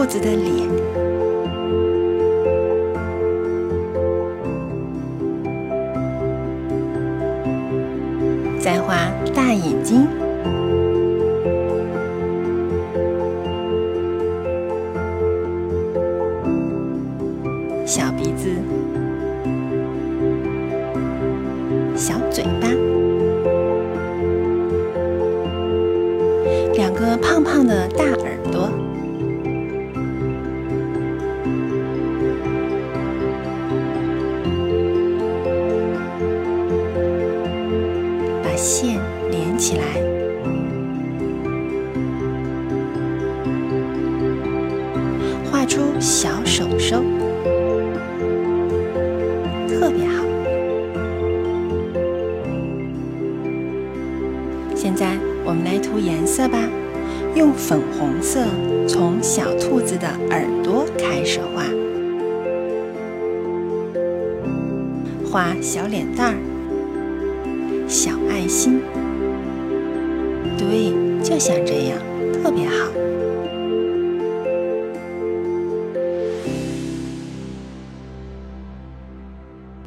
兔子的脸，再画大眼睛，小鼻子，小嘴巴，两个胖胖的大耳朵，把线连起来，画出小手手，特别好。现在我们来涂颜色吧，用粉红色从小兔子的耳朵开始画，画小脸蛋儿，小爱心，对，就像这样，特别好。